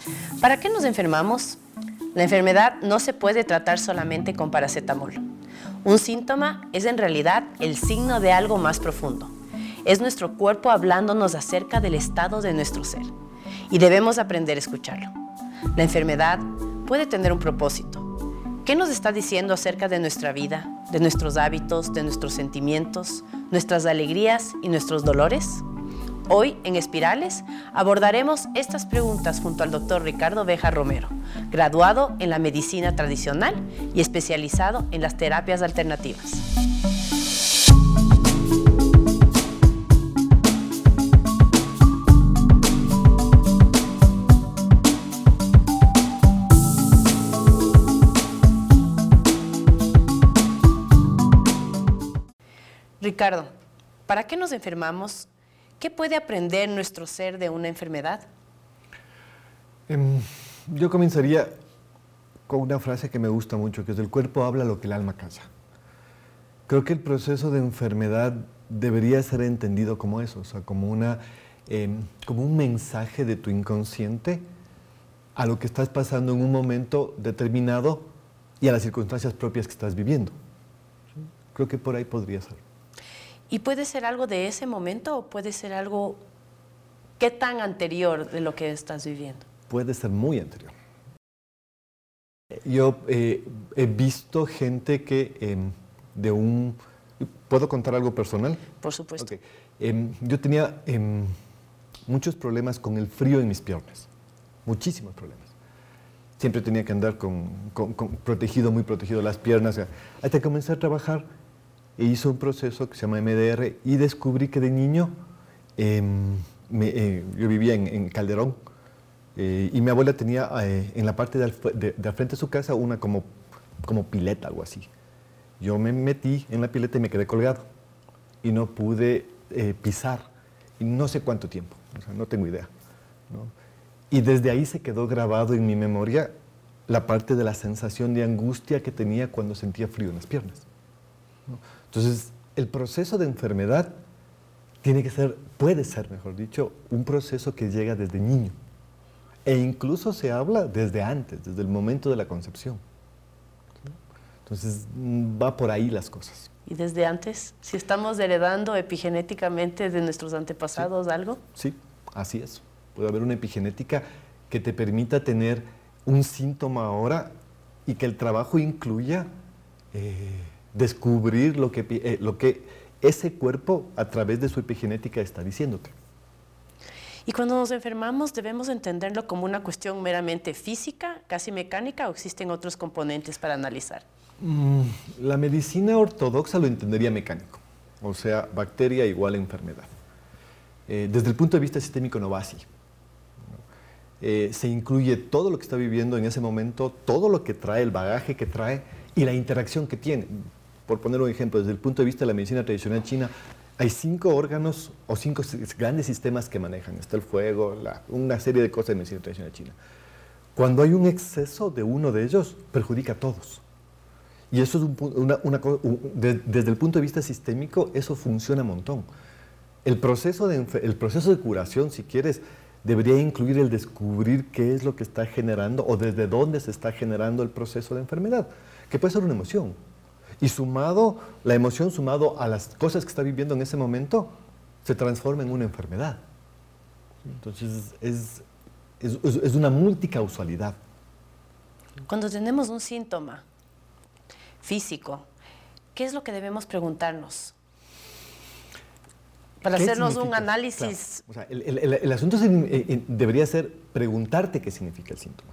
¿Para qué nos enfermamos? La enfermedad no se puede tratar solamente con paracetamol. Un síntoma es en realidad el signo de algo más profundo. Es nuestro cuerpo hablándonos acerca del estado de nuestro ser. Y debemos aprender a escucharlo. La enfermedad puede tener un propósito. ¿Qué nos está diciendo acerca de nuestra vida, de nuestros hábitos, de nuestros sentimientos, nuestras alegrías y nuestros dolores? Hoy, en Espirales, abordaremos estas preguntas junto al Dr. Ricardo Béjar Romero, graduado en la medicina tradicional y especializado en las terapias alternativas. Ricardo, ¿para qué nos enfermamos? ¿Qué puede aprender nuestro ser de una enfermedad? Yo comenzaría con una frase que me gusta mucho, que es: el cuerpo habla lo que el alma calla. Creo que el proceso de enfermedad debería ser entendido como eso, o sea, como un mensaje de tu inconsciente a lo que estás pasando en un momento determinado y a las circunstancias propias que estás viviendo. Creo que por ahí podría ser. ¿Y puede ser algo de ese momento o puede ser algo qué tan anterior de lo que estás viviendo? Puede ser muy anterior. Yo he visto gente que ¿Puedo contar algo personal? Por supuesto. Okay. Yo tenía muchos problemas con el frío en mis piernas, muchísimos problemas. Siempre tenía que andar muy protegido las piernas, hasta que comencé a trabajar. E hice un proceso que se llama MDR y descubrí que de niño yo vivía en Calderón y mi abuela tenía en la parte de al frente de su casa una como pileta, algo así. Yo me metí en la pileta y me quedé colgado y no pude pisar y no sé cuánto tiempo, o sea, no tengo idea, ¿no? Y desde ahí se quedó grabado en mi memoria la parte de la sensación de angustia que tenía cuando sentía frío en las piernas, ¿no? Entonces, el proceso de enfermedad puede ser, mejor dicho, un proceso que llega desde niño. E incluso se habla desde antes, desde el momento de la concepción. Entonces, va por ahí las cosas. ¿Y desde antes? Si estamos heredando epigenéticamente de nuestros antepasados, ¿sí? ¿Algo? Sí, así es. Puede haber una epigenética que te permita tener un síntoma ahora y que el trabajo incluya descubrir lo que ese cuerpo a través de su epigenética está diciéndote. Y cuando nos enfermamos, ¿debemos entenderlo como una cuestión meramente física, casi mecánica, o existen otros componentes para analizar? La medicina ortodoxa lo entendería mecánico, o sea, bacteria igual a enfermedad. Desde el punto de vista sistémico no va así. Se incluye todo lo que está viviendo en ese momento, todo lo que trae, el bagaje que trae y la interacción que tiene. Por poner un ejemplo, desde el punto de vista de la medicina tradicional china, hay 5 órganos o 5 grandes sistemas que manejan. Está el fuego, una serie de cosas de medicina tradicional china. Cuando hay un exceso de uno de ellos, perjudica a todos. Y eso es desde el punto de vista sistémico, eso funciona un montón. El proceso de curación, si quieres, debería incluir el descubrir qué es lo que está generando o desde dónde se está generando el proceso de enfermedad, que puede ser una emoción. Y la emoción sumado a las cosas que está viviendo en ese momento, se transforma en una enfermedad. Entonces, es una multicausalidad. Cuando tenemos un síntoma físico, ¿qué es lo que debemos preguntarnos? Para hacernos un análisis. Claro. O sea, el asunto debería ser preguntarte qué significa el síntoma.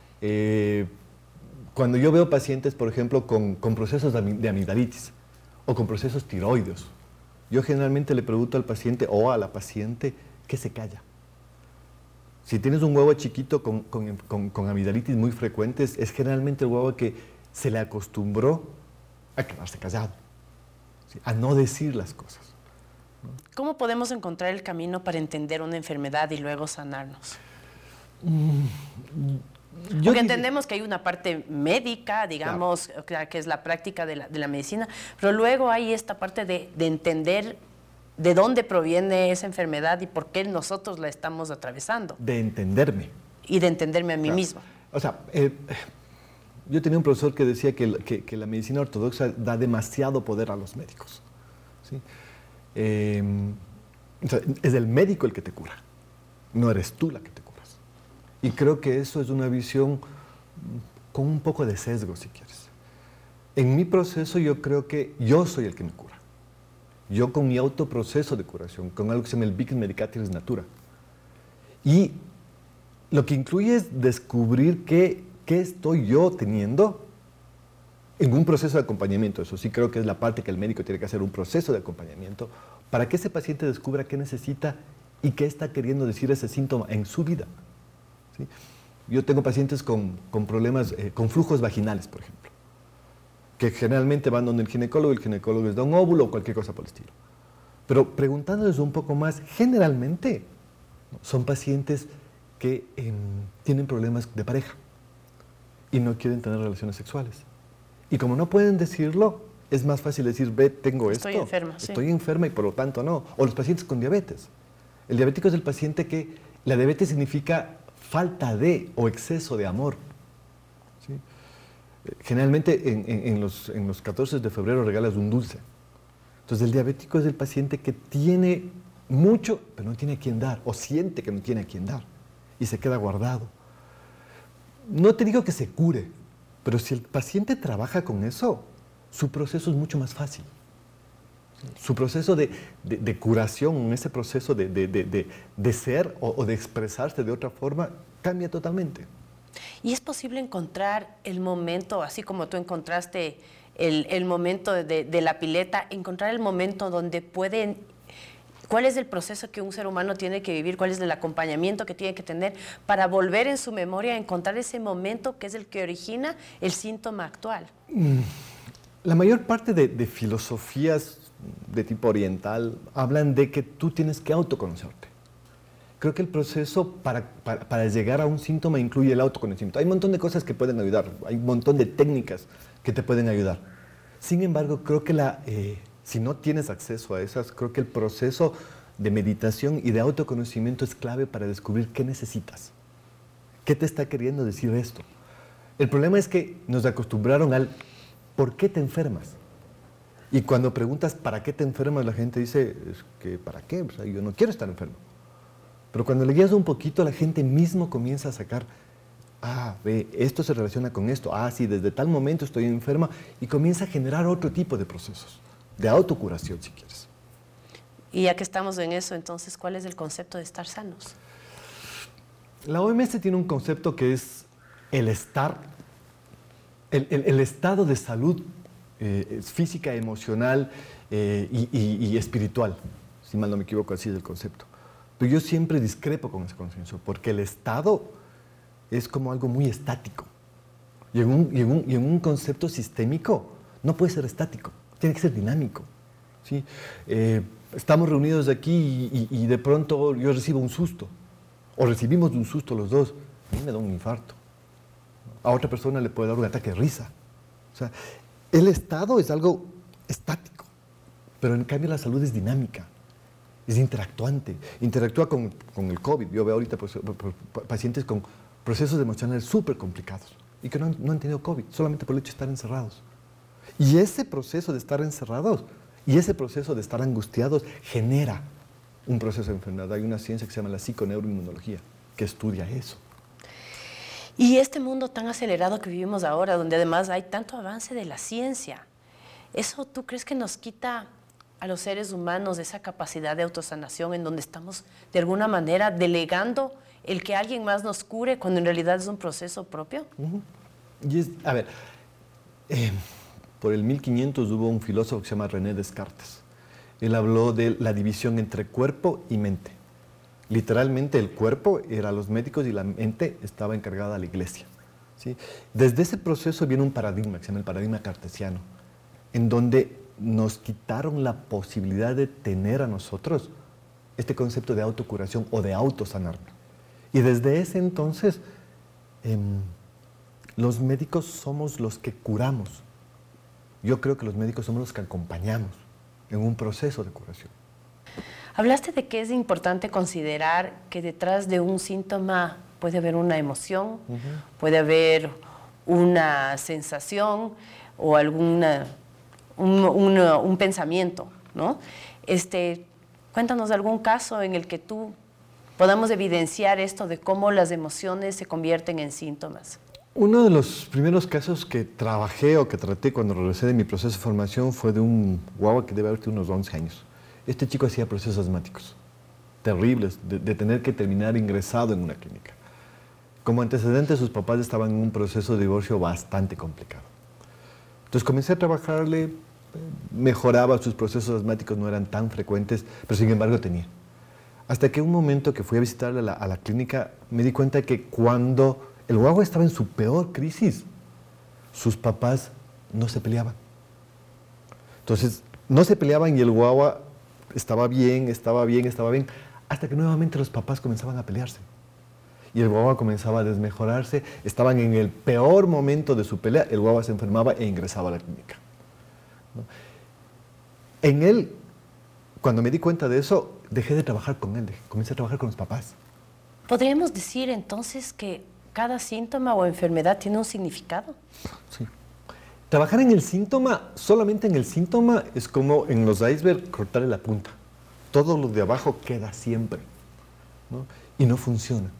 Cuando yo veo pacientes, por ejemplo, con procesos de amigdalitis o con procesos tiroideos, yo generalmente le pregunto al paciente o a la paciente qué se calla. Si tienes un huevo chiquito con amigdalitis muy frecuentes, es generalmente el huevo que se le acostumbró a quedarse callado, ¿sí? A no decir las cosas, ¿no? ¿Cómo podemos encontrar el camino para entender una enfermedad y luego sanarnos? Porque entendemos que hay una parte médica, digamos, claro, que es la práctica de la medicina, pero luego hay esta parte de entender de dónde proviene esa enfermedad y por qué nosotros la estamos atravesando. De entenderme. y de entenderme a mí mismo. O sea, yo tenía un profesor que decía que la medicina ortodoxa da demasiado poder a los médicos. ¿Sí? O sea, es el médico el que te cura, no eres tú la que te curas. Y creo que eso es una visión con un poco de sesgo, si quieres. En mi proceso yo creo que yo soy el que me cura. Yo con mi autoproceso de curación, con algo que se llama el Vicus Medicatrix Natura. Y lo que incluye es descubrir qué estoy yo teniendo en un proceso de acompañamiento. Eso sí creo que es la parte que el médico tiene que hacer, un proceso de acompañamiento, para que ese paciente descubra qué necesita y qué está queriendo decir ese síntoma en su vida. ¿Sí? Yo tengo pacientes con problemas, con flujos vaginales, por ejemplo, que generalmente van donde el ginecólogo les da un óvulo o cualquier cosa por el estilo. Pero preguntándoles un poco más, generalmente son pacientes que tienen problemas de pareja y no quieren tener relaciones sexuales. Y como no pueden decirlo, es más fácil decir, ve, tengo esto. Estoy enferma y por lo tanto no. O los pacientes con diabetes. El diabético es el paciente que la diabetes significa falta de o exceso de amor. ¿Sí? Generalmente en los 14 de febrero regalas un dulce. Entonces el diabético es el paciente que tiene mucho, pero no tiene a quién dar, o siente que no tiene a quién dar, y se queda guardado. No te digo que se cure, pero si el paciente trabaja con eso, su proceso es mucho más fácil. Su proceso de curación, ese proceso de ser o de expresarse de otra forma, cambia totalmente. ¿Y es posible encontrar el momento, así como tú encontraste el momento de la pileta, encontrar el momento donde pueden... ¿Cuál es el proceso que un ser humano tiene que vivir? ¿Cuál es el acompañamiento que tiene que tener para volver en su memoria a encontrar ese momento que es el que origina el síntoma actual? La mayor parte de filosofías de tipo oriental hablan de que tú tienes que autoconocerte. Creo que el proceso para llegar a un síntoma incluye el autoconocimiento. Hay un montón de cosas que pueden ayudar, hay un montón de técnicas que te pueden ayudar. Sin embargo, creo que si no tienes acceso a esas, creo que el proceso de meditación y de autoconocimiento es clave para descubrir qué necesitas. ¿Qué te está queriendo decir esto? El problema es que nos acostumbraron al ¿por qué te enfermas? Y cuando preguntas ¿para qué te enfermas? La gente dice, es que ¿para qué? O sea, yo no quiero estar enfermo. Pero cuando le guías un poquito, la gente mismo comienza a sacar, ve, esto se relaciona con esto, sí, desde tal momento estoy enferma, y comienza a generar otro tipo de procesos, de autocuración, si quieres. Y ya que estamos en eso, entonces, ¿cuál es el concepto de estar sanos? La OMS tiene un concepto que es el estado de salud física, emocional y espiritual, si mal no me equivoco, así es el concepto. Pero yo siempre discrepo con ese consenso, porque el estado es como algo muy estático. Y en un concepto sistémico no puede ser estático, tiene que ser dinámico. ¿Sí? Estamos reunidos aquí y de pronto yo recibo un susto, o recibimos un susto los dos, a mí me da un infarto. A otra persona le puede dar un ataque de risa. O sea, el estado es algo estático, pero en cambio la salud es dinámica. Es interactuante, interactúa con el COVID. Yo veo ahorita pacientes con procesos emocionales súper complicados y que no han tenido COVID, solamente por el hecho de estar encerrados. Y ese proceso de estar encerrados y ese proceso de estar angustiados genera un proceso de enfermedad. Hay una ciencia que se llama la psiconeuroinmunología que estudia eso. Y este mundo tan acelerado que vivimos ahora, donde además hay tanto avance de la ciencia, ¿eso tú crees que nos quita a los seres humanos esa capacidad de autosanación en donde estamos de alguna manera delegando el que alguien más nos cure cuando en realidad es un proceso propio? Y por el 1500 hubo un filósofo que se llama René Descartes. Él habló de la división entre cuerpo y mente. Literalmente el cuerpo era los médicos y la mente estaba encargada a la iglesia. ¿Sí? Desde ese proceso viene un paradigma que se llama el paradigma cartesiano, en donde nos quitaron la posibilidad de tener a nosotros este concepto de autocuración o de autosanarme. Y desde ese entonces, los médicos somos los que curamos. Yo creo que los médicos somos los que acompañamos en un proceso de curación. Hablaste de que es importante considerar que detrás de un síntoma puede haber una emoción, puede haber una sensación o un pensamiento, ¿no? Cuéntanos de algún caso en el que tú podamos evidenciar esto de cómo las emociones se convierten en síntomas. Uno de los primeros casos que trabajé o que traté cuando regresé de mi proceso de formación fue de un guagua que debe haber tenido unos 11 años. Este chico hacía procesos asmáticos terribles, de tener que terminar ingresado en una clínica. Como antecedente, sus papás estaban en un proceso de divorcio bastante complicado. Entonces comencé a trabajarle, mejoraba, sus procesos asmáticos no eran tan frecuentes, pero sin embargo tenía. Hasta que un momento que fui a visitarle a la clínica, me di cuenta que cuando el guagua estaba en su peor crisis, sus papás no se peleaban. Entonces, no se peleaban y el guagua estaba bien, hasta que nuevamente los papás comenzaban a pelearse. Y el guagua comenzaba a desmejorarse, estaban en el peor momento de su pelea, el guagua se enfermaba e ingresaba a la clínica, ¿no? En él, cuando me di cuenta de eso, dejé de trabajar con él, comencé a trabajar con los papás. ¿Podríamos decir entonces que cada síntoma o enfermedad tiene un significado? Sí. Trabajar en el síntoma, solamente en el síntoma, es como en los icebergs cortarle la punta. Todo lo de abajo queda siempre, ¿no? Y no funciona.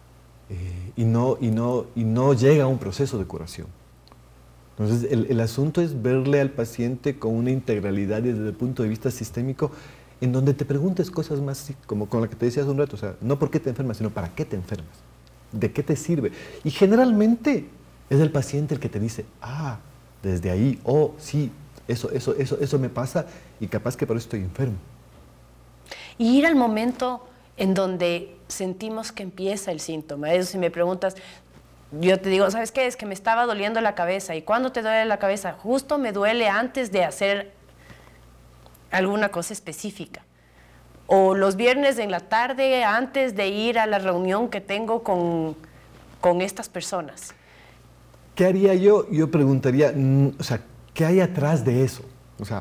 Y no llega a un proceso de curación. Entonces, el asunto es verle al paciente con una integralidad desde el punto de vista sistémico, en donde te preguntes cosas más, como con la que te decía hace un rato, o sea, no por qué te enfermas, sino para qué te enfermas, de qué te sirve. Y generalmente es el paciente el que te dice, desde ahí, sí, eso me pasa y capaz que por eso estoy enfermo. Y ir al momento en donde sentimos que empieza el síntoma. Eso, si me preguntas, yo te digo, ¿sabes qué? Es que me estaba doliendo la cabeza. ¿Y cuándo te duele la cabeza? Justo me duele antes de hacer alguna cosa específica. O los viernes en la tarde antes de ir a la reunión que tengo con estas personas. ¿Qué haría yo? Yo preguntaría, o sea, ¿qué hay atrás de eso? O sea,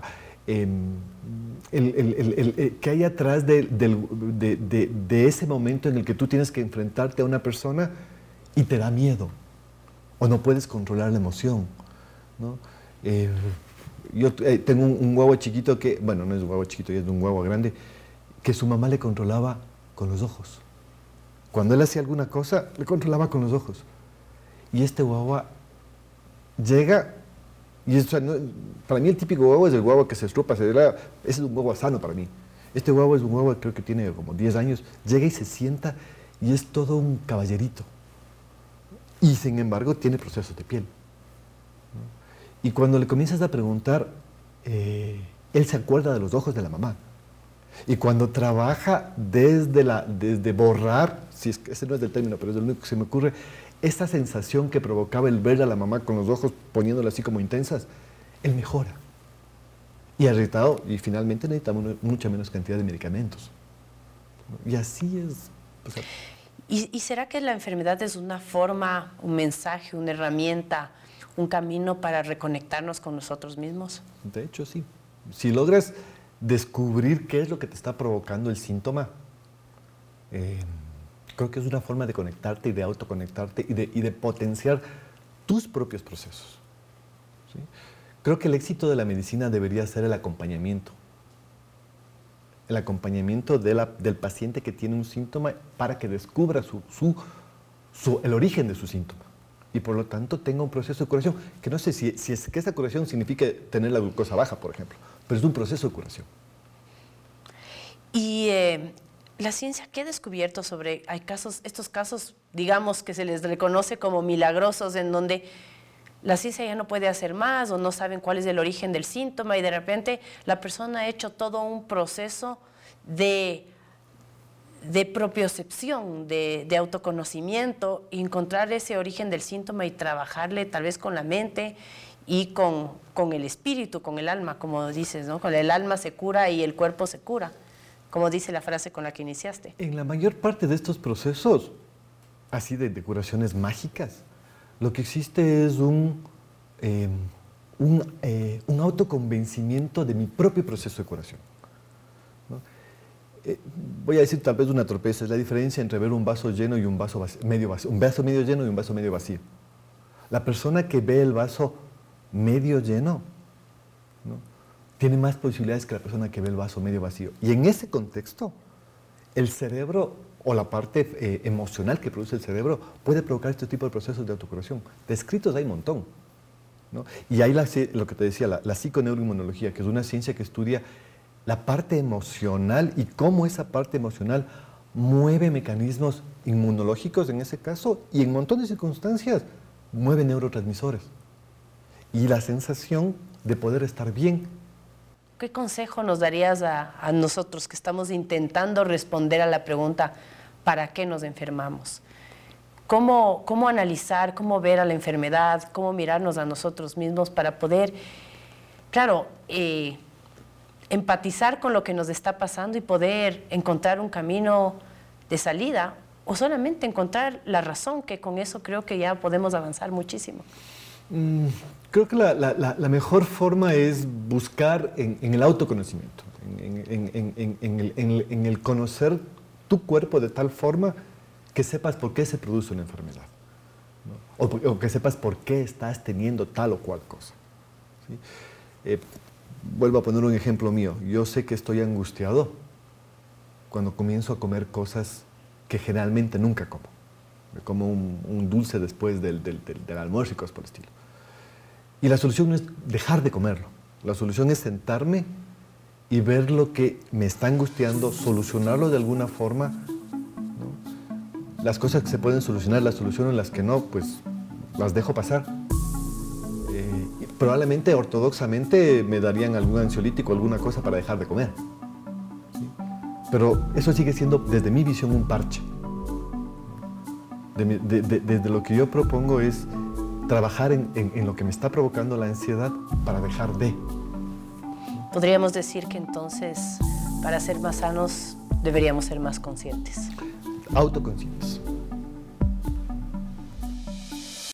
¿qué hay atrás de ese momento en el que tú tienes que enfrentarte a una persona y te da miedo? O no puedes controlar la emoción, ¿no? Yo tengo un guagua chiquito que, bueno, no es un guagua chiquito, es un guagua grande, que su mamá le controlaba con los ojos. Cuando él hacía alguna cosa, le controlaba con los ojos. Y este guagua llega, y eso, o sea, para mí el típico guagua es el guagua que se estrupa, ese es un guagua sano para mí. Este guagua es un guagua, creo que tiene como 10 años, llega y se sienta y es todo un caballerito. Y sin embargo tiene procesos de piel, ¿no? Y cuando le comienzas a preguntar, él se acuerda de los ojos de la mamá. Y cuando trabaja desde borrar, si es que ese no es el término, pero es el único que se me ocurre, esta sensación que provocaba el ver a la mamá con los ojos poniéndola así como intensas, él mejora. Y irritado, y finalmente necesita mucha menos cantidad de medicamentos. Y así es. O sea, ¿Y será que la enfermedad es una forma, un mensaje, una herramienta, un camino para reconectarnos con nosotros mismos? De hecho, sí. Si logras descubrir qué es lo que te está provocando el síntoma, creo que es una forma de conectarte y de autoconectarte y de potenciar tus propios procesos, ¿sí? Creo que el éxito de la medicina debería ser el acompañamiento. El acompañamiento del paciente que tiene un síntoma para que descubra el origen de su síntoma. Y por lo tanto tenga un proceso de curación, que no sé si es que esa curación significa tener la glucosa baja, por ejemplo, pero es un proceso de curación. Y la ciencia, ¿qué ha descubierto sobre estos casos, digamos, que se les reconoce como milagrosos, en donde la ciencia ya no puede hacer más o no saben cuál es el origen del síntoma y de repente la persona ha hecho todo un proceso de propiocepción, de autoconocimiento, y encontrar ese origen del síntoma y trabajarle tal vez con la mente y con el espíritu, con el alma, como dices, ¿no? Con el alma se cura y el cuerpo se cura, como dice la frase con la que iniciaste. En la mayor parte de estos procesos, así de curaciones mágicas, lo que existe es un autoconvencimiento de mi propio proceso de curación, ¿no? Voy a decir tal vez una torpeza, es la diferencia entre ver un vaso lleno y un vaso medio vacío, un vaso medio lleno y un vaso medio vacío. La persona que ve el vaso medio lleno, ¿no?, tiene más posibilidades que la persona que ve el vaso medio vacío. Y en ese contexto, el cerebro o la parte emocional que produce el cerebro puede provocar este tipo de procesos de autocuración. Descritos hay un montón, ¿no? Y hay lo que te decía, la psiconeuroinmunología, que es una ciencia que estudia la parte emocional y cómo esa parte emocional mueve mecanismos inmunológicos en ese caso y en un montón de circunstancias mueve neurotransmisores. Y la sensación de poder estar bien. ¿Qué consejo nos darías a nosotros que estamos intentando responder a la pregunta ¿para qué nos enfermamos? ¿Cómo analizar, cómo ver a la enfermedad, cómo mirarnos a nosotros mismos para poder, claro, empatizar con lo que nos está pasando y poder encontrar un camino de salida o solamente encontrar la razón, que con eso creo que ya podemos avanzar muchísimo? Creo que la mejor forma es buscar en el autoconocimiento, en el conocer tu cuerpo de tal forma que sepas por qué se produce una enfermedad, ¿no? O que sepas por qué estás teniendo tal o cual cosa, ¿sí? Vuelvo a poner un ejemplo mío. Yo sé que estoy angustiado cuando comienzo a comer cosas que generalmente nunca como. Me como un dulce después del almuerzo y cosas por el estilo. Y la solución no es dejar de comerlo. La solución es sentarme y ver lo que me está angustiando, solucionarlo de alguna forma, ¿no? Las cosas que se pueden solucionar las soluciono, las que no, pues las dejo pasar. Probablemente ortodoxamente me darían algún ansiolítico, alguna cosa para dejar de comer, ¿sí? Pero eso sigue siendo, desde mi visión, un parche. Desde lo que yo propongo es trabajar en lo que me está provocando la ansiedad para dejar de. Podríamos decir que entonces, para ser más sanos, deberíamos ser más conscientes. Autoconscientes.